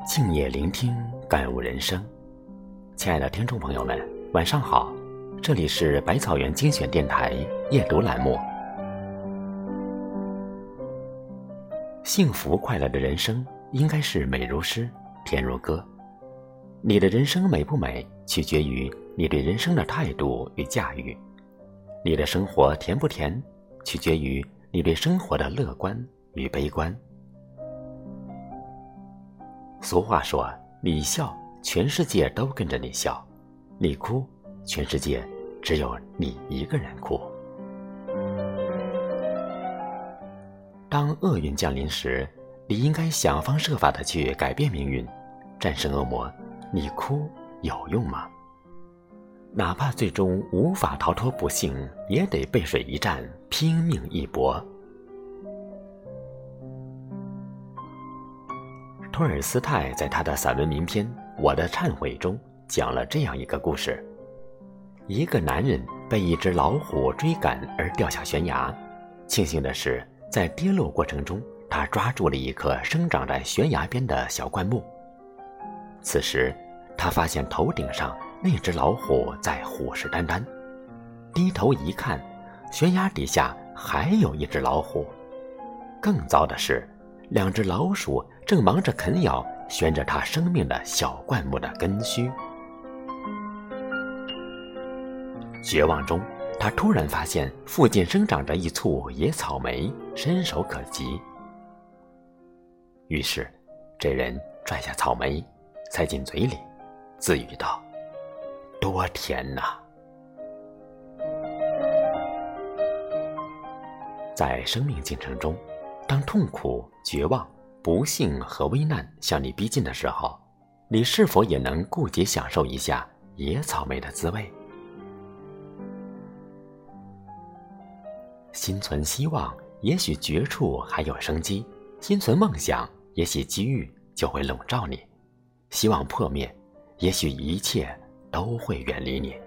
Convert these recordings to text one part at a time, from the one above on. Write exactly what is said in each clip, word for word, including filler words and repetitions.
静夜聆听，感悟人生。亲爱的听众朋友们，晚上好，这里是百草园精选电台夜读栏目。幸福快乐的人生应该是美如诗，甜如歌。你的人生美不美，取决于你对人生的态度与驾驭；你的生活甜不甜，取决于你对生活的乐观与悲观。俗话说，你笑，全世界都跟着你笑；你哭，全世界只有你一个人哭。当厄运降临时，你应该想方设法地去改变命运，战胜恶魔。你哭有用吗？哪怕最终无法逃脱不幸，也得背水一战，拼命一搏。托尔斯泰在他的散文名篇《我的忏悔》中讲了这样一个故事：一个男人被一只老虎追赶而掉下悬崖，庆幸的是，在跌落过程中，他抓住了一棵生长在悬崖边的小灌木。此时，他发现头顶上那只老虎在虎视眈眈，低头一看，悬崖底下还有一只老虎。更糟的是，两只老鼠正忙着啃咬悬着他生命的小灌木的根须。绝望中，他突然发现附近生长着一簇野草莓，伸手可及。于是，这人拽下草莓，塞进嘴里，自语道：“多甜呐！”在生命进程中，当痛苦、绝望、不幸和危难向你逼近的时候，你是否也能顾及享受一下野草莓的滋味？心存希望，也许绝处还有生机；心存梦想，也许机遇就会笼罩你；希望破灭，也许一切都会远离你。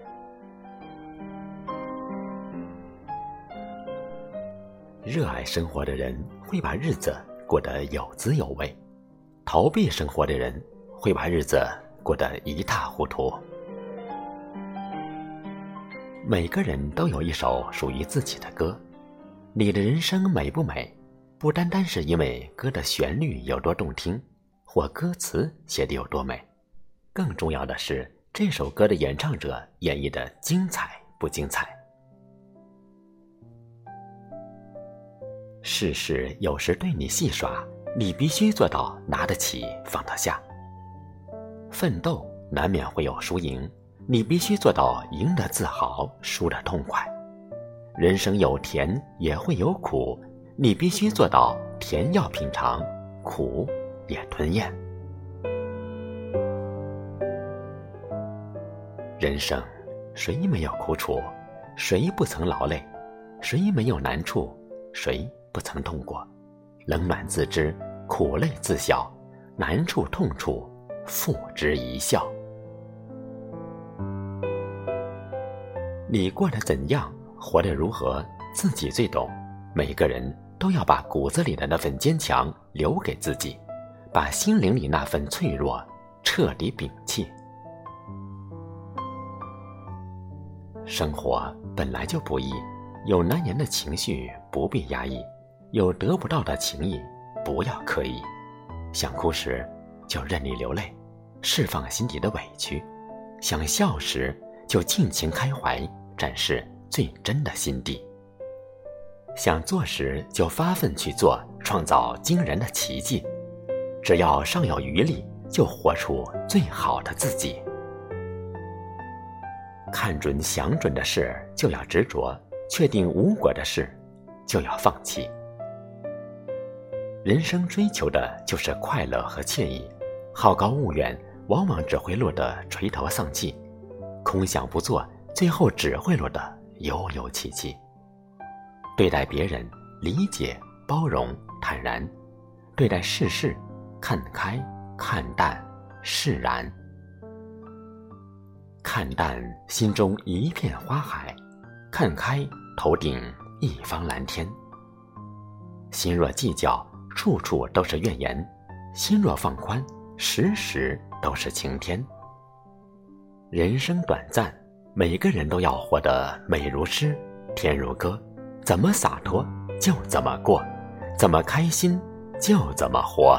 热爱生活的人会把日子过得有滋有味，逃避生活的人会把日子过得一塌糊涂。每个人都有一首属于自己的歌，你的人生美不美，不单单是因为歌的旋律有多动听，或歌词写得有多美，更重要的是这首歌的演唱者演绎的精彩不精彩。世事有时对你戏耍，你必须做到拿得起放得下。奋斗难免会有输赢，你必须做到赢得自豪，输得痛快。人生有甜也会有苦，你必须做到甜要品尝，苦也吞咽。人生谁没有苦楚，谁不曾劳累，谁没有难处，谁不曾痛过。冷暖自知，苦累自晓，难处痛处付之一笑。你过得怎样，活得如何，自己最懂。每个人都要把骨子里的那份坚强留给自己，把心灵里那份脆弱彻底摒弃。生活本来就不易，有难言的情绪不必压抑，有得不到的情谊不要刻意。想哭时就任你流泪，释放心底的委屈；想笑时就尽情开怀，展示最真的心地。想做时就发奋去做，创造惊人的奇迹。只要尚有余力，就活出最好的自己。看准想准的事就要执着，确定无果的事就要放弃。人生追求的就是快乐和惬意，好高骛远往往只会落得垂头丧气，空想不做，最后只会落得悠悠戚戚。对待别人，理解、包容、坦然；对待世事，看开、看淡、释然。看淡，心中一片花海；看开，头顶一方蓝天。心若计较，处处都是怨言；心若放宽， 时时都是晴天。人生短暂，每个人都要活得美如诗，天如歌，怎么洒脱就怎么过，怎么开心就怎么活。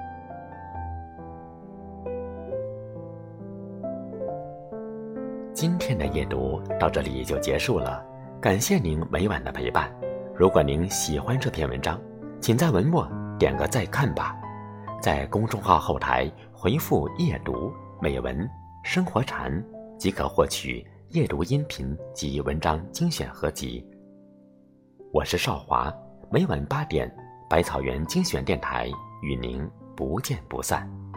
今天的夜读到这里就结束了，感谢您每晚的陪伴。如果您喜欢这篇文章，请在文末点个再看吧。在公众号后台回复夜读美文生活禅，即可获取夜读音频及文章精选合集。我是少华，每晚八点，百草园精选电台与您不见不散。